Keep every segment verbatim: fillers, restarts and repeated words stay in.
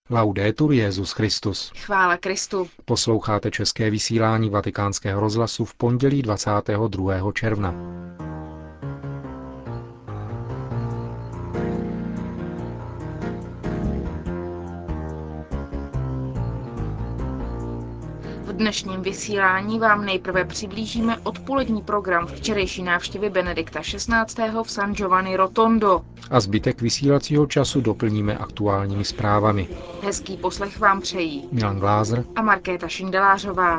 Laudetur Jesus Christus. Chvála Kristu. Posloucháte české vysílání Vatikánského rozhlasu v pondělí dvacátého druhého června. V dnešním vysílání vám nejprve přiblížíme odpolední program včerejší návštěvy Benedikta šestnáctého. v San Giovanni Rotondo. A zbytek vysílacího času doplníme aktuálními zprávami. Hezký poslech vám přejí Milan Glázer a Markéta Šindelářová.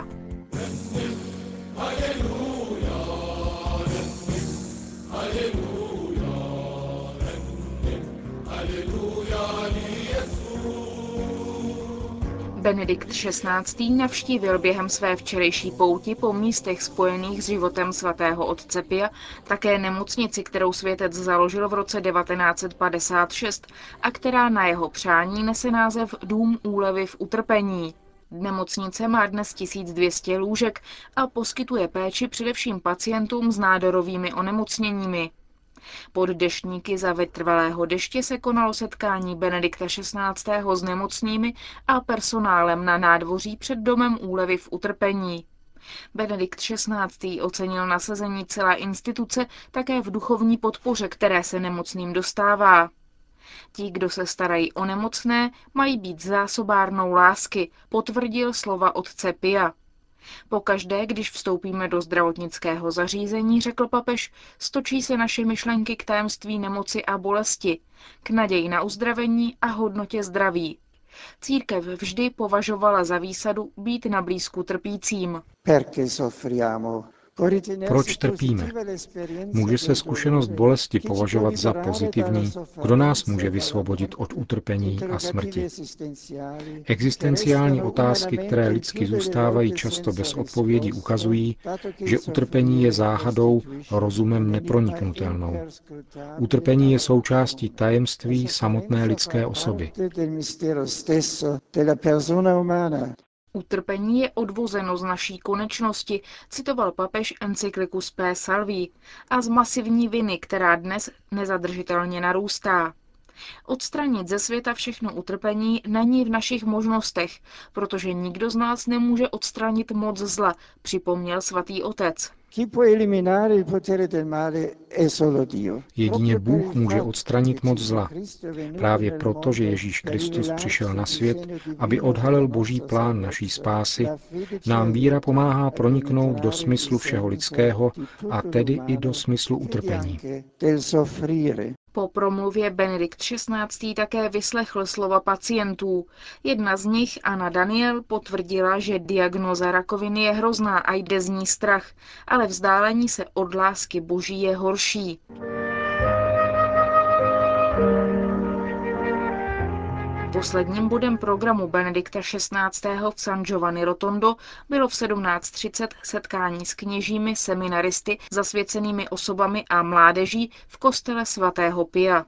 Benedikt šestnáctý. navštívil během své včerejší pouti po místech spojených s životem svatého otce Pia také nemocnici, kterou světec založil v roce devatenáct set padesát šest a která na jeho přání nese název Dům úlevy v utrpení. Nemocnice má dnes tisíc dvě stě lůžek a poskytuje péči především pacientům s nádorovými onemocněními. Pod deštníky za vytrvalého deště se konalo setkání Benedikta šestnáctého. s nemocnými a personálem na nádvoří před domem úlevy v utrpení. Benedikt šestnáctý. ocenil nasazení celé instituce také v duchovní podpoře, které se nemocným dostává. Ti, kdo se starají o nemocné, mají být zásobárnou lásky, potvrdil slova otce Pia. Pokaždé, když vstoupíme do zdravotnického zařízení, řekl papež, stočí se naše myšlenky k tajemství nemoci a bolesti, k naději na uzdravení a hodnotě zdraví. Církev vždy považovala za výsadu být na blízku trpícím. Proč trpíme? Může se zkušenost bolesti považovat za pozitivní? Kdo nás může vysvobodit od utrpení a smrti? Existenciální otázky, které lidsky zůstávají často bez odpovědi, ukazují, že utrpení je záhadou rozumem neproniknutelnou. Utrpení je součástí tajemství samotné lidské osoby. Utrpení je odvozeno z naší konečnosti, citoval papež encykliku Spe Salvi, a z masivní viny, která dnes nezadržitelně narůstá. Odstranit ze světa všechno utrpení není v našich možnostech, protože nikdo z nás nemůže odstranit moc zla, připomněl svatý otec. Jedině Bůh může odstranit moc zla. Právě proto, že Ježíš Kristus přišel na svět, aby odhalil Boží plán naší spásy, nám víra pomáhá proniknout do smyslu všeho lidského a tedy i do smyslu utrpení. Po promluvě Benedikt šestnáctý. také vyslechl slova pacientů. Jedna z nich, Anna Daniel, potvrdila, že diagnóza rakoviny je hrozná a jde z ní strach, ale vzdálení se od lásky Boží je horší. Posledním bodem programu Benedikta šestnáctého. v San Giovanni Rotondo bylo v sedmnáct třicet setkání s kněžími, seminaristy, zasvěcenými osobami a mládeží v kostele svatého Pia.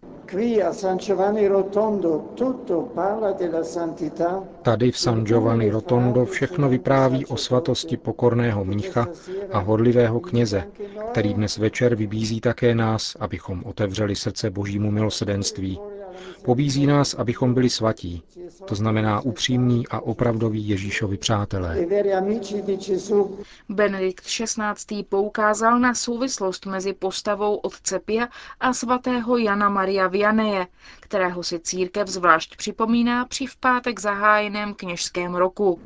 Tady v San Giovanni Rotondo všechno vypráví o svatosti pokorného mnicha a horlivého kněze, který dnes večer vybízí také nás, abychom otevřeli srdce Božímu milosrdenství. Pobízí nás, abychom byli svatí, to znamená upřímní a opravdoví Ježíšovi přátelé. Benedikt šestnáctý. poukázal na souvislost mezi postavou otce Pia a svatého Jana Maria Vianeje, kterého si církev zvlášť připomíná při v pátek zahájeném kněžském roku.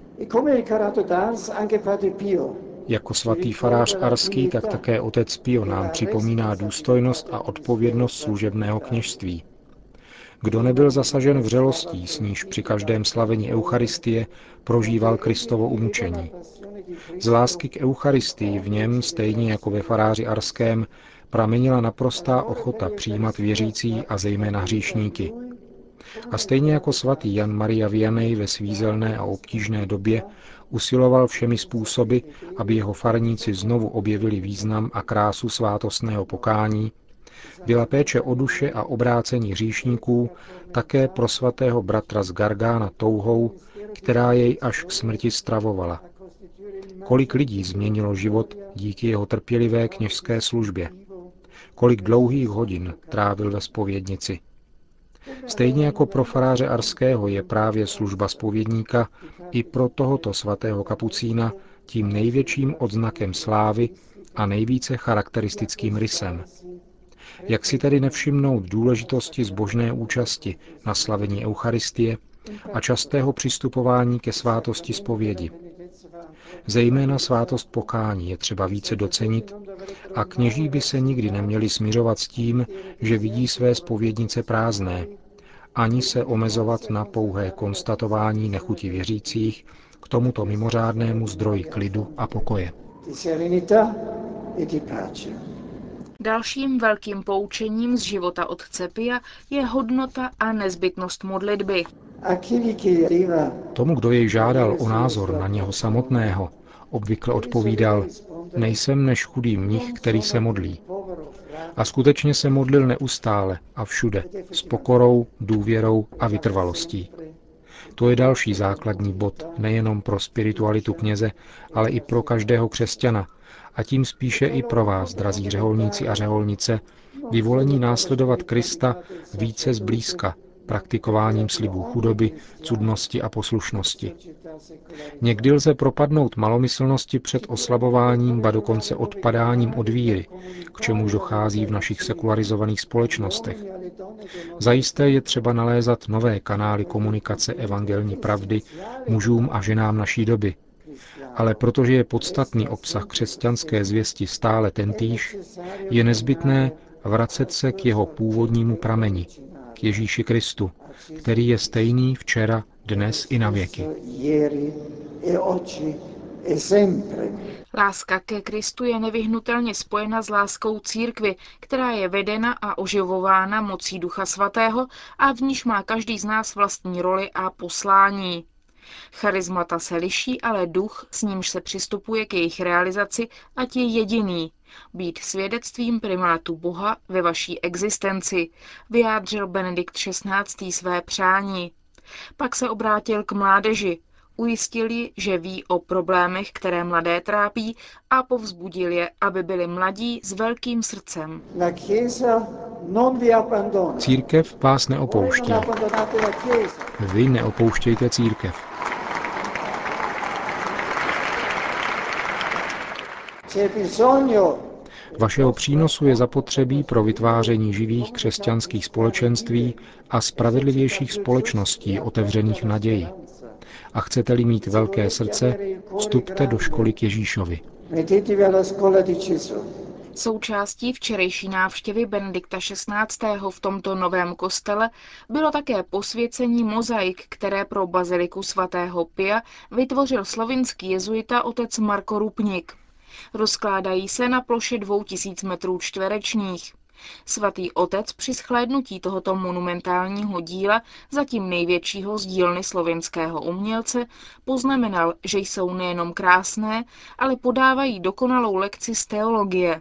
Jako svatý farář arský, tak také otec Pio nám připomíná důstojnost a odpovědnost služebného kněžství. Kdo nebyl zasažen vřelostí, s níž při každém slavení Eucharistie prožíval Kristovo umučení. Z lásky k Eucharistii v něm, stejně jako ve faráři arském, pramenila naprostá ochota přijímat věřící a zejména hříšníky. A stejně jako svatý Jan Maria Vianney ve svízelné a obtížné době usiloval všemi způsoby, aby jeho farníci znovu objevili význam a krásu svátostného pokání, byla péče o duše a obrácení hříšníků také pro svatého bratra z Gargána touhou, která jej až k smrti stravovala. Kolik lidí změnilo život díky jeho trpělivé kněžské službě. Kolik dlouhých hodin trávil ve zpovědnici. Stejně jako pro faráře Arského je právě služba zpovědníka i pro tohoto svatého kapucína tím největším odznakem slávy a nejvíce charakteristickým rysem. Jak si tedy nevšimnout důležitosti zbožné účasti na slavení Eucharistie a častého přistupování ke svátosti zpovědi? Zejména svátost pokání je třeba více docenit a kněží by se nikdy neměli smiřovat s tím, že vidí své zpovědnice prázdné, ani se omezovat na pouhé konstatování nechuti věřících k tomuto mimořádnému zdroji klidu a pokoje. Dalším velkým poučením z života otce Pia je hodnota a nezbytnost modlitby. Tomu, kdo jej žádal o názor na něho samotného, obvykle odpovídal: nejsem než chudý mnich, který se modlí. A skutečně se modlil neustále a všude, s pokorou, důvěrou a vytrvalostí. To je další základní bod nejenom pro spiritualitu kněze, ale i pro každého křesťana, a tím spíše i pro vás, drazí řeholníci a řeholnice, vyvolení následovat Krista více zblízka, praktikováním slibů chudoby, cudnosti a poslušnosti. Někdy lze propadnout malomyslnosti před oslabováním, ba dokonce odpadáním od víry, k čemuž dochází v našich sekularizovaných společnostech. Zajisté je třeba nalézat nové kanály komunikace evangelní pravdy mužům a ženám naší doby. Ale protože je podstatný obsah křesťanské zvěsti stále tentýž, je nezbytné vracet se k jeho původnímu prameni, k Ježíši Kristu, který je stejný včera, dnes i na věky. Láska ke Kristu je nevyhnutelně spojena s láskou církvi, která je vedena a oživována mocí Ducha Svatého a v níž má každý z nás vlastní roli a poslání. Charismata se liší, ale duch, s nímž se přistupuje k jejich realizaci, ať je jediný. Být svědectvím primátu Boha ve vaší existenci, vyjádřil Benedikt šestnáctý své přání. Pak se obrátil k mládeži, ujistil ji, že ví o problémech, které mladé trápí, a povzbudil je, aby byli mladí s velkým srdcem. Církev vás neopouští. Vy neopouštějte církev. Vašeho přínosu je zapotřebí pro vytváření živých křesťanských společenství a spravedlivějších společností otevřených naději. A chcete-li mít velké srdce, vstupte do školy k Ježíšovi. Součástí včerejší návštěvy Benedikta šestnáctého v tomto novém kostele bylo také posvěcení mozaik, které pro baziliku svatého Pia vytvořil slovinský jezuita otec Marko Rupnik. Rozkládají se na ploše dvou tisíc metrů čtverečních. Svatý otec při shlédnutí tohoto monumentálního díla, zatím největšího z dílny slovinského umělce, poznamenal, že jsou nejenom krásné, ale podávají dokonalou lekci z teologie.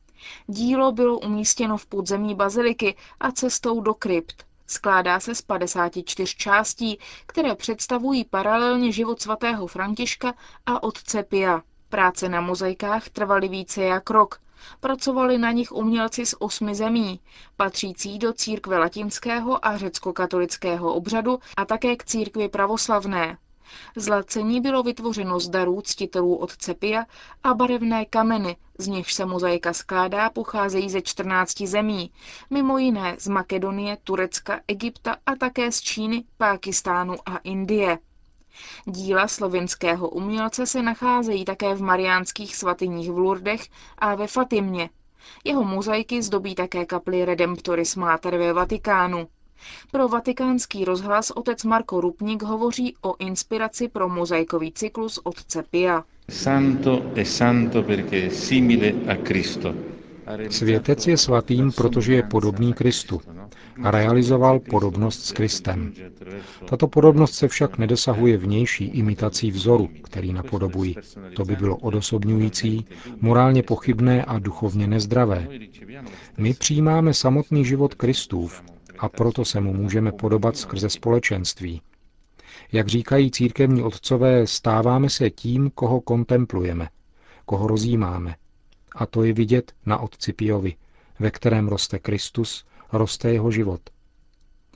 Dílo bylo umístěno v podzemí baziliky a cestou do krypt. Skládá se z padesáti čtyř částí, které představují paralelně život svatého Františka a otce Pia. Práce na mozaikách trvaly více jak rok. Pracovali na nich umělci z osmi zemí, patřící do církve latinského a řeckokatolického obřadu a také k církvi pravoslavné. Zlacení bylo vytvořeno z darů ctitelů otce Pia a barevné kameny, z nichž se mozaika skládá, pocházejí ze čtrnácti zemí, mimo jiné z Makedonie, Turecka, Egypta a také z Číny, Pákistánu a Indie. Díla slovinského umělce se nacházejí také v mariánských svatyních v Lourdech a ve Fatimě. Jeho mozaiky zdobí také kapli Redemptoris Mater ve Vatikánu. Pro vatikánský rozhlas otec Marko Rupnik hovoří o inspiraci pro mozaikový cyklus otce Pia. Santo è santo perché è simile a Cristo. Světec je svatým, protože je podobný Kristu a realizoval podobnost s Kristem. Tato podobnost se však nedosahuje vnější imitací vzoru, který napodobují. To by bylo odosobňující, morálně pochybné a duchovně nezdravé. My přijímáme samotný život Kristův a proto se mu můžeme podobat skrze společenství. Jak říkají církevní otcové, stáváme se tím, koho kontemplujeme, koho rozjímáme. A to je vidět na otci Piovi, ve kterém roste Kristus, roste jeho život.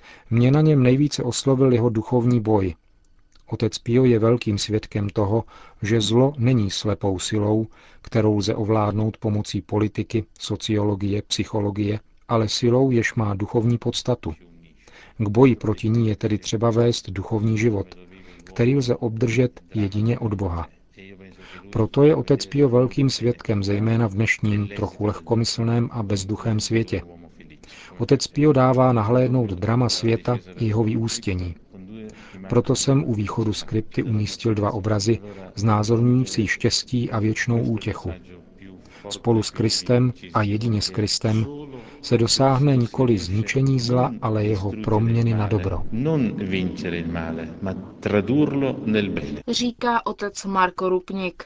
Mě na něm nejvíce oslovil jeho duchovní boj. Otec Pio je velkým svědkem toho, že zlo není slepou silou, kterou lze ovládnout pomocí politiky, sociologie, psychologie, ale silou, jež má duchovní podstatu. K boji proti ní je tedy třeba vést duchovní život, který lze obdržet jedině od Boha. Proto je otec Pio velkým svědkem, zejména v dnešním, trochu lehkomyslném a bezduchém světě. Otec Pio dává nahlédnout drama světa i jeho vyústění. Proto jsem u východu z krypty umístil dva obrazy znázorňující štěstí a věčnou útěchu. Spolu s Kristem a jedině s Kristem se dosáhne nikoli zničení zla, ale jeho proměny na dobro. Říká otec Marko Rupnik.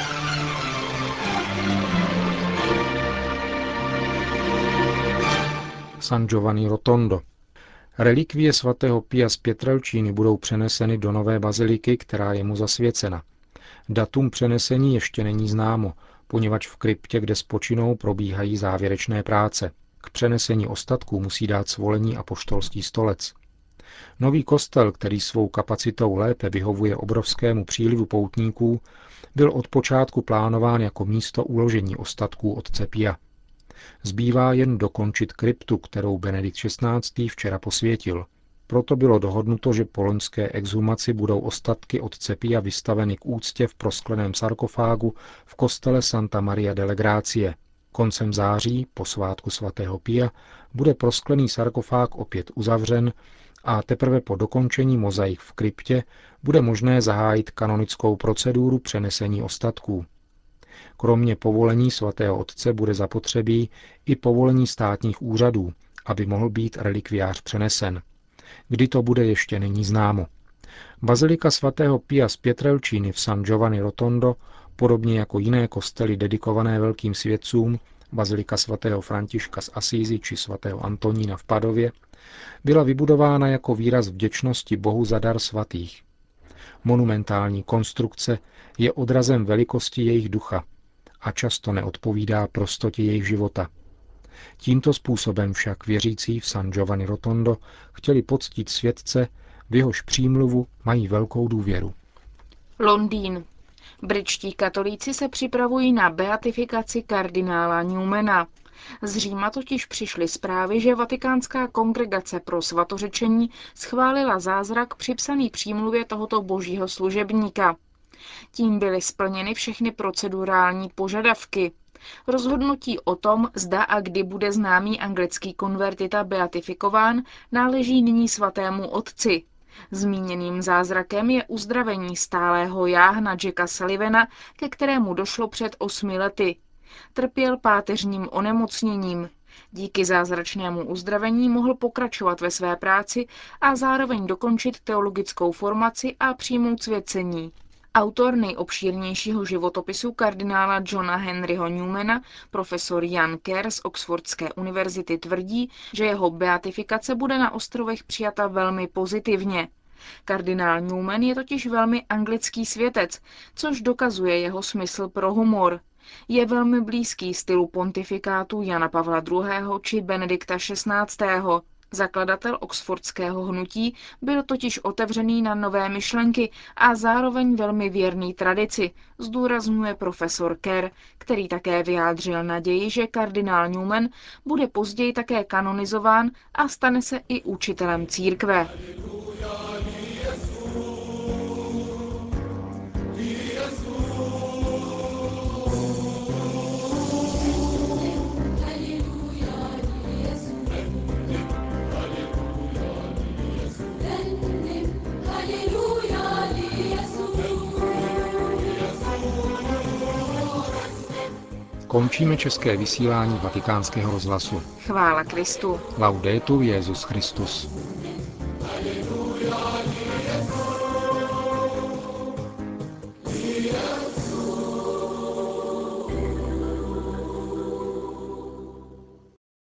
San Giovanni Rotondo. Relikvie svatého Pia z Pietrelcini budou přeneseny do nové baziliky, která je mu zasvěcena. Datum přenesení ještě není známo, poněvadž v kryptě, kde spočinou, probíhají závěrečné práce. K přenesení ostatků musí dát svolení apoštolský stolec. Nový kostel, který svou kapacitou lépe vyhovuje obrovskému přílivu poutníků, byl od počátku plánován jako místo uložení ostatků otce Pia. Zbývá jen dokončit kryptu, kterou Benedikt šestnáctý včera posvětil. Proto bylo dohodnuto, že po loňské exhumaci budou ostatky otce Pia vystaveny k úctě v proskleném sarkofágu v kostele Santa Maria delle Grazie. Koncem září, po svátku svatého Pia, bude prosklený sarkofág opět uzavřen a teprve po dokončení mozaik v kryptě bude možné zahájit kanonickou proceduru přenesení ostatků. Kromě povolení svatého otce bude zapotřebí i povolení státních úřadů, aby mohl být relikviář přenesen. Kdy to bude, ještě není známo. Bazilika svatého Pia z Pietrelcini v San Giovanni Rotondo, podobně jako jiné kostely dedikované velkým svědcům, bazilika svatého Františka z Asízy či svatého Antonína v Padově, byla vybudována jako výraz vděčnosti Bohu za dar svatých. Monumentální konstrukce je odrazem velikosti jejich ducha a často neodpovídá prostotě jejich života. Tímto způsobem však věřící v San Giovanni Rotondo chtěli poctít světce, v jehož přímluvu mají velkou důvěru. Londýn. Britští katolíci se připravují na beatifikaci kardinála Newmana. Z Říma totiž přišly zprávy, že Vatikánská kongregace pro svatořečení schválila zázrak připsaný přímluvě tohoto božího služebníka. Tím byly splněny všechny procedurální požadavky. Rozhodnutí o tom, zda a kdy bude známý anglický konvertita beatifikován, náleží nyní svatému otci. Zmíněným zázrakem je uzdravení stálého jáhna Jacka Sullivana, ke kterému došlo před osmi lety. Trpěl páteřním onemocněním. Díky zázračnému uzdravení mohl pokračovat ve své práci a zároveň dokončit teologickou formaci a přijmout svěcení. Autor nejobšírnějšího životopisu kardinála Johna Henryho Newmana, profesor Jan Kerr z Oxfordské univerzity, tvrdí, že jeho beatifikace bude na ostrovech přijata velmi pozitivně. Kardinál Newman je totiž velmi anglický světec, což dokazuje jeho smysl pro humor. Je velmi blízký stylu pontifikátu Jana Pavla druhého. či Benedikta šestnáctého. Zakladatel oxfordského hnutí byl totiž otevřený na nové myšlenky a zároveň velmi věrný tradici, zdůrazňuje profesor Kerr, který také vyjádřil naději, že kardinál Newman bude později také kanonizován a stane se i učitelem církve. Končíme české vysílání Vatikánského rozhlasu. Chvála Kristu. Laudetur Jesus Christus.